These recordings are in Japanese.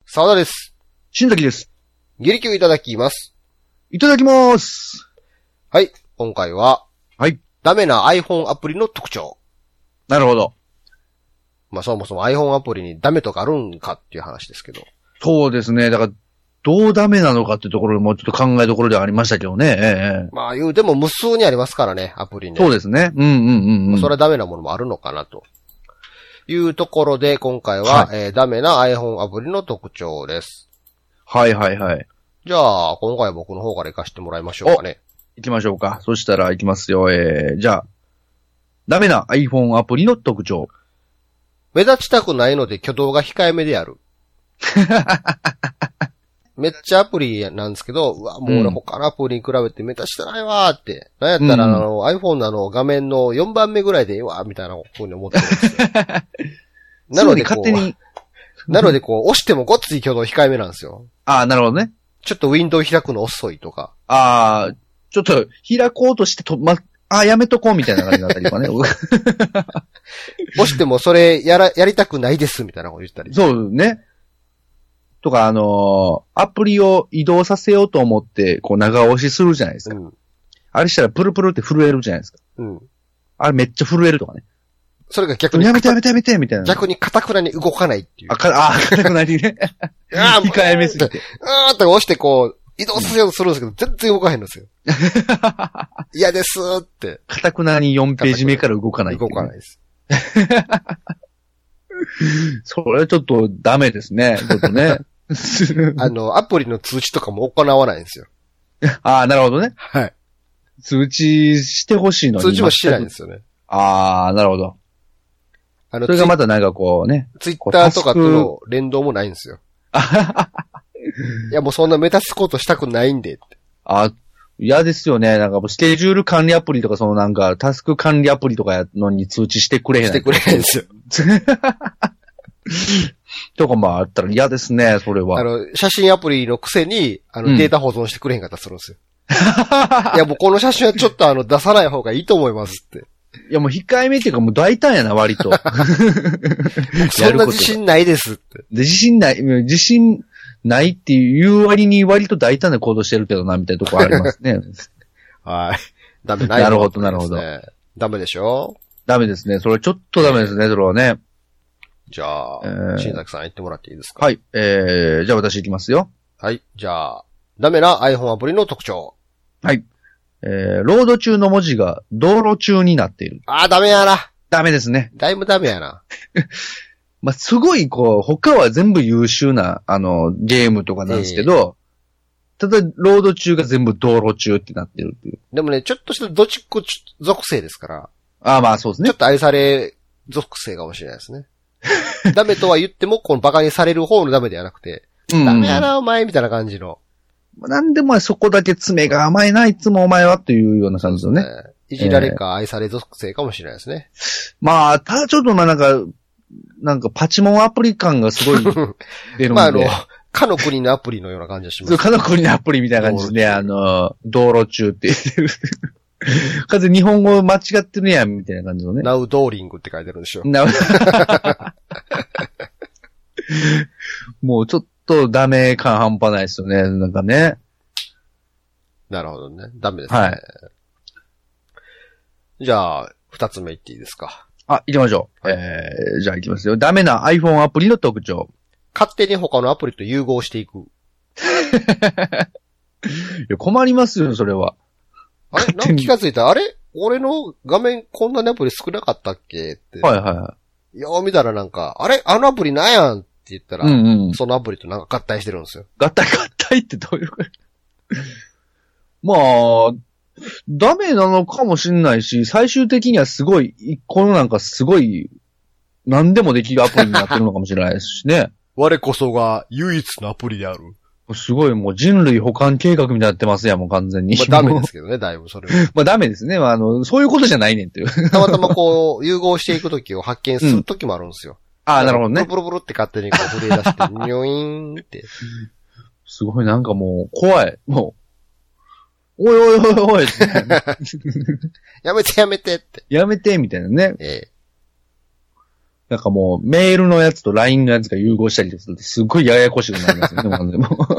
沢田です。 新崎です。 ギリキューいただきます。 いただきます。 はい。今回は、 はい。 ダメな iPhone アプリの特徴。 なるほど。 まあそもそも iPhone アプリにダメとかあるんかっていう話ですけど。 そうですね。だから、どうダメなのかっていうところもちょっと考えどころではありましたけどね。 まあ言うても無数にありますからね、アプリね。 そうですね。まあ、 それはダメなものもあるのかなと。いうところで今回は、ダメな iPhone アプリの特徴です。 はいはいはい。 じゃあ、今回は僕の方から行かせてもらいましょうかね。 行きましょうか。そしたら行きますよ。じゃあ、ダメな iPhone アプリの特徴。 目立ちたくないので挙動が控えめである。めっちゃアプリなんですけど、うわ、もう俺他のアプリに比べて目立ちたないわーって。なんやったらiPhone の画面の4番目ぐらいでいいわーみたいな風に思ってるんですよ。なので勝手に。 押してもごっつい挙動控えめなんですよ。 ああ、なるほどね。 ちょっとウィンドウ開くの遅いとか。 ああ、ちょっと開こうとしてやめとこうみたいな感じになったりとかね。 押してもそれやりたくないですみたいなこと言ったり。 そうね。とかアプリを移動させようと思って、こう長押しするじゃないですか。あれしたらプルプルって震えるじゃないですか。あれめっちゃ震えるとかね。 それが逆に。 やめてみたいな。 逆に堅くなに動かないっていう。 堅くなりね。控えめすぎて。 って押して移動させようとするんですけど、全然動かへんんですよ。嫌ですって。 堅くなに4ページ目から動かない、 動かないです。 それはちょっとダメですね。ちょっとね。 アプリの通知とかも行わないんですよ。 なるほどね。 はい。 通知してほしいのに。 通知もしてないんですよね。 なるほど。それがまたなんかこうね。 ツイッターとかとの連動もないんですよ。いやもうそんな目立つことしたくないんでって。 嫌ですよね。なんかスケジュール管理アプリとかなんかタスク管理アプリとかやのに通知してくれへん。 してくれへんですよ。 とかあったら嫌ですね、それは。 写真アプリのくせに、データ保存してくれへんかったりするんですよ。いやもうこの写真はちょっと出さない方がいいと思いますって。 いやもう控えめっていうかもう大胆やな、割と。 そんな自信ないですって。 自信ないっていう割に割と大胆な行動してるけどな、みたいなとこありますね。 はい。ダメない、 なるほど、なるほど。 ダメでしょ？ ダメですね。それちょっとダメですね、それはね。 じゃあ、新崎さん言ってもらっていいですか？ はい。じゃあ私行きますよ。 はい。じゃあ、ダメな iPhone アプリの特徴。 はい。ロード中の文字が道路中になっている。 ダメやな。 ダメですね。 だいぶダメやな。 すごい他は全部優秀な、ゲームとかなんですけど、ただ、ロード中が全部道路中ってなってるっていう。 でもね、ちょっとしたドチック属性ですから。 そうですね。 ちょっと愛され属性かもしれないですね。ダメとは言っても、このバカにされる方のダメではなくて、ダメやな、お前、みたいな感じの。 なんでそこだけ爪が甘いな、いつもお前はっていうような感じですよね。 いじられか愛され属性かもしれないですね。 ただちょっとなんかパチモンアプリ感がすごい出るんで。 かの国のアプリのような感じがします。 かの国のアプリみたいな感じで、道路中って言ってる。完全に日本語間違ってるやん、みたいな感じのね。 ナウドーリングって書いてるんでしょ。 もうちょっとダメ感半端ないですよね、なんかね。 なるほどね。ダメですね。 はい。 じゃあ、二つ目いっていいですか。 行きましょう。じゃあ行きますよ。ダメな iPhone アプリの特徴。 勝手に他のアプリと融合していく。 いや、困りますよ、それは。 なんか気がついた。俺の画面こんなにアプリ少なかったっけって。 はいはい。 よう見たらなんか、あのアプリなんやんって言ったら、そのアプリとなんか合体してるんですよ。 合体ってどういうことダメなのかもしんないし、最終的にはすごい、このなんかすごい、何でもできるアプリになってるのかもしれないですしね。 我こそが唯一のアプリである。 すごいもう人類保管計画みたいになってますやん、もう完全に。 ダメですけどね、だいぶそれは。 ダメですね。そういうことじゃないねんっていう。 たまたま融合していくときを発見するときもあるんですよ。 なるほどね。 ブルブルって勝手に震え出して、ニョイーンって。 すごいなんかもう、怖い。もう、おいやめてって。 やめて、みたいなね。 なんかもう、メールのやつと LINE のやつが融合したりすると、すっごいややこしくなりますよね、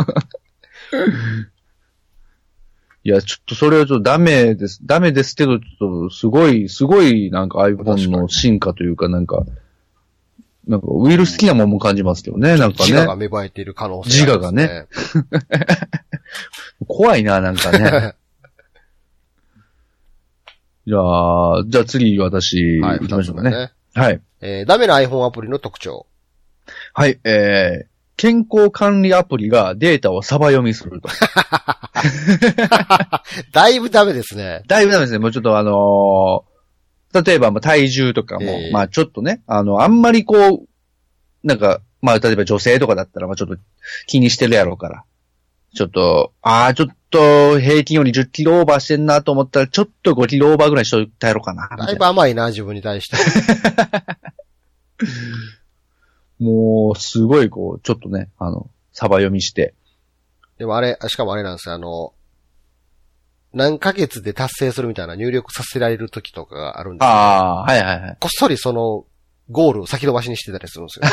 いや、ちょっとそれはちょっとダメですけど、ちょっとすごいなんか iPhone の進化というか、なんかウイルス的なもんも感じますけどね、なんかね。 自我が芽生えている可能性、 自我がね。怖いな、なんかね。じゃあ次私、 はい、 行きましょうかね。はい。 ダメな iPhone アプリの特徴。 はい、健康管理アプリがデータをサバ読みすると。 だいぶダメですね。 だいぶダメですね。もうちょっと例えば体重とかも、まあちょっとね、あんまりこう、なんか、まあ例えば女性とかだったら、まあちょっと気にしてるやろうから。ちょっと平均より10キロオーバーしてんなと思ったら、ちょっと5キロオーバーぐらいしといたやろうかな。 だいぶ甘いな、自分に対して。 もう、すごいこう、ちょっとね、サバ読みして。 でもしかもあれなんですよ、何ヶ月で達成するみたいな入力させられる時とかがあるんですよ。 ああ、はいはいはい。 こっそりその、ゴールを先延ばしにしてたりするんですよ。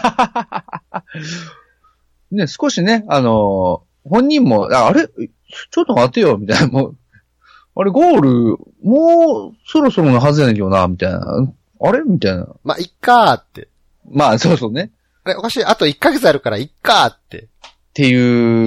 ね、少しね、本人も、あれちょっと待てよ、みたいな、もう、あれ、ゴール、もう、そろそろのはずやねんけどな、みたいな。あれみたいな。 まあ、いっかーって。 まあ、そうそうね。 あれ、おかしい。あと1ヶ月あるから、いっかーって。 っていう。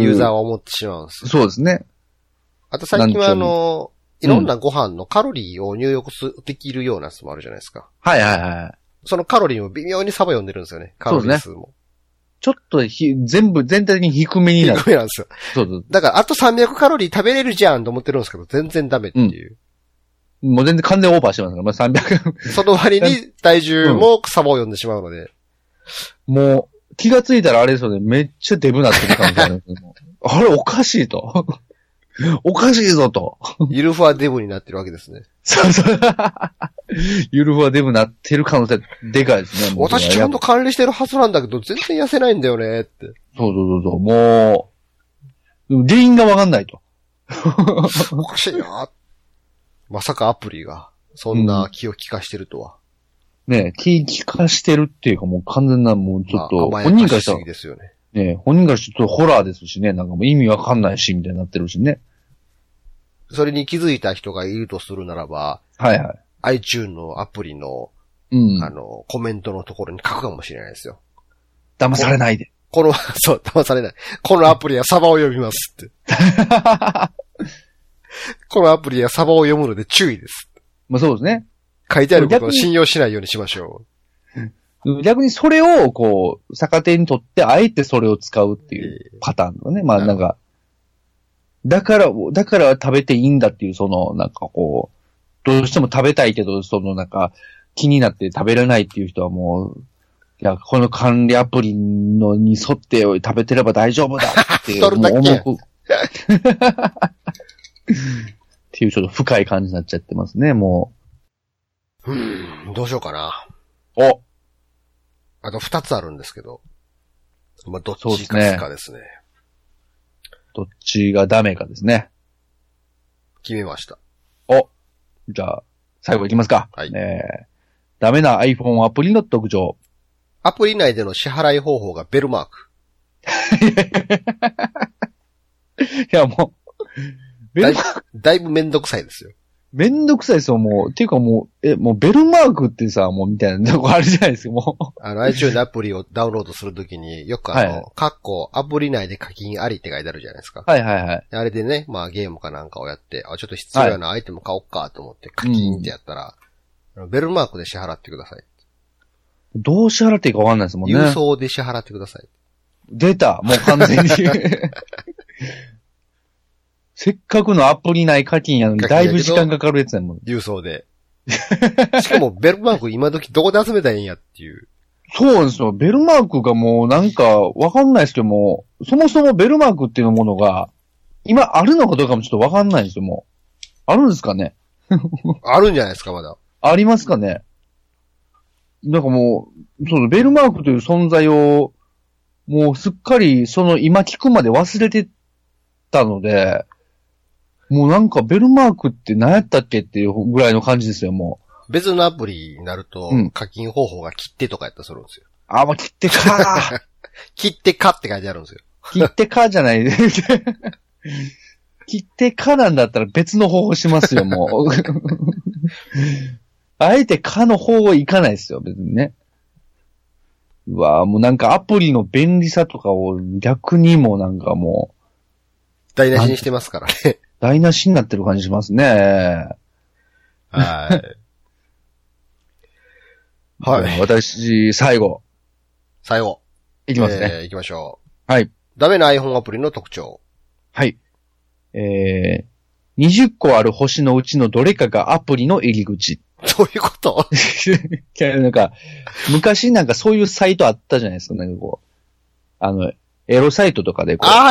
ユーザーは思ってしまうんですよ。 そうですね。 あと最近はいろんなご飯のカロリーを入力できるようなやつもあるじゃないですか。 はいはいはい。 そのカロリーも微妙にサバ読んでるんですよね。カロリー数も。 ちょっと全体的に低めになる。 低めなんですよ。 そうそう。 だからあと300カロリー食べれるじゃんと思ってるんですけど、全然ダメっていう。 もう全然完全オーバーしてますから、まあ、300。 その割に体重もサバを読んでしまうので。 もう、気がついたらあれですよね、めっちゃデブなってる感じあるんですけど。あれおかしいと。おかしいぞと。 ゆるふわデブになってるわけですね。 そうそう。ゆるふわデブになってる可能性でかいですね。 私ちゃんと管理してるはずなんだけど、全然痩せないんだよねって。 そう。もう、原因がわかんないと。 おかしいな。まさかアプリが、そんな気を利かしてるとは。 ねえ、気利かしてるっていうかもう完全なもうちょっと、 本人からしたら。ですよね。 ねえ、本人からしてちょっとホラーですしね、なんかもう意味わかんないし、みたいになってるしね。 それに気づいた人がいるとするならば、 はいはい。 iTunes のアプリの、コメントのところに書くかもしれないですよ。 騙されないで。 そう、騙されない。このアプリはサバを読みますって。このアプリはサバを読むので注意です。 まあそうですね。 書いてあることを信用しないようにしましょう。逆にそれを、こう、逆手にとって、あえてそれを使うっていうパターンのね。まあなんか、だから食べていいんだっていう、その、なんかこう、どうしても食べたいけど、そのなんか、気になって食べれないっていう人はもう、いや、この管理アプリのに沿って食べてれば大丈夫だっていう、もう思う。っていうちょっと深い感じになっちゃってますね、もう。どうしようかな。あと2つあるんですけど。まあ、どっちかですね。 どっちがダメかですね。 決めました。 じゃあ、最後いきますか。 はい。 ダメな iPhone アプリの特徴。 アプリ内での支払い方法がベルマーク。 いや、もう、 だいぶめんどくさいですよ。 めんどくさいですよ、もう。っていうかもう、もうベルマークってさ、もうみたいなとこあるじゃないですか、もう。 iTunes のアプリをダウンロードするときに、よくアプリ内で課金ありって書いてあるじゃないですか。 はいはいはい。 あれでね、まあゲームかなんかをやって、ちょっと必要なアイテム買おうかと思って課金ってやったら、ベルマークで支払ってください。 どう支払っていいかわかんないですもんね。 郵送で支払ってください。 出た、もう完全に。せっかくのアプリ内課金やのに、だいぶ時間かかるやつやもん。 郵送で。しかも、ベルマーク今時どこで集めたらいいんやっていう。 そうなんですよ。ベルマークがもうなんか、わかんないですけども、そもそもベルマークっていうものが、今あるのかどうかもちょっとわかんないんですよ、もう。あるんですかねあるんじゃないですか、まだ。 ありますかね。なんかもう、そう、ベルマークという存在を、もうすっかり、今聞くまで忘れてたので、もうなんかベルマークって何やったっけっていうぐらいの感じですよ、も別のアプリになると、課金方法が切手とかやったりするんですよ。 あ、もう切手か切手かって書いてあるんですよ。 切手かじゃない。切手かなんだったら別の方法しますよ、もう。あえてかの方はいかないですよ、別にね。うわぁ、もうなんかアプリの便利さとかを逆にもなんかもう。 台無しにしてますからね。 台無しになってる感じしますね。 はい。はい。 私、最後。 いきますね。 いきましょう。はい。 ダメな iPhone アプリの特徴。 はい。20個ある星のうちのどれかがアプリの入り口。 どういうことなんか、昔なんかそういうサイトあったじゃないですか、なんかこう。エロサイトとかでこう。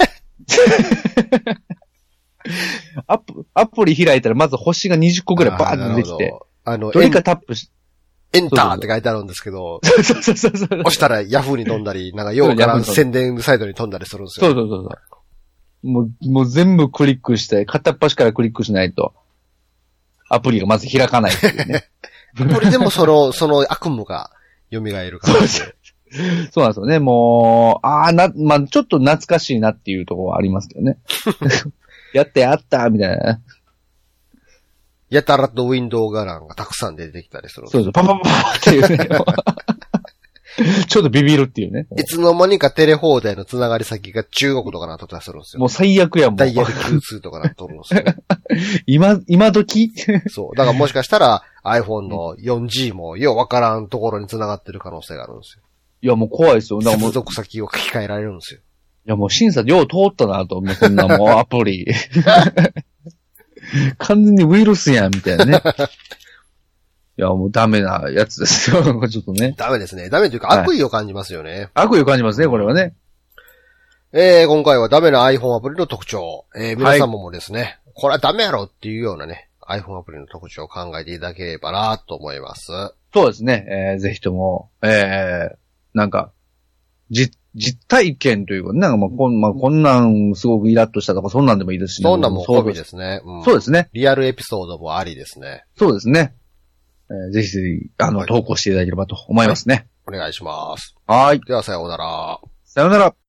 アプリ開いたらまず星が20個ぐらいバーッと出てきて。どれかタップし、 エンターって書いてあるんですけど。 そう。 押したらヤフーに飛んだり、なんかようから宣伝サイトに飛んだりするんですよ。 そう。もう全部クリックして、片っ端からクリックしないと、アプリがまず開かないっていうね。 これでもその悪夢が蘇るから。 そうなんですよね。もう、まあ、ちょっと懐かしいなっていうところはありますけどね。やった、みたいな。 やたらとウィンドウ柄がたくさん出てきたりする。 そう、パっていうね。ちょっとビビるっていうね。 いつの間にかテレ放題のつながり先が中国とかなっとったりするんですよ。 もう最悪やもん。 ダイヤル Q2 とかなっとるんですよ、ね。 今時そう。だからもしかしたら iPhone の 4G もようわからんところにつながってる可能性があるんですよ。 いやもう怖いですよ。 接続先を書き換えられるんですよ。 いやもう審査よう通ったなと、もうそんなもうアプリ。完全にウイルスやん、みたいなね。いや、もうダメなやつですよ。ちょっとね。 ダメですね。ダメというか悪意を感じますよね。 悪意を感じますね、これはね。 今回はダメな iPhone アプリの特徴。皆様もですね、これはダメやろっていうようなね、iPhone アプリの特徴を考えていただければなと思います。 そうですね。ぜひとも、なんか、実体験というか、なんかこんなんすごくイラッとしたとか、そんなんでもいいですし、ね。 そんなんも込みですね、 そうですね。 リアルエピソードもありですね。 そうですね。ぜひ、投稿していただければと思いますね。 お願いします。 はい。 では、さようなら。 さようなら。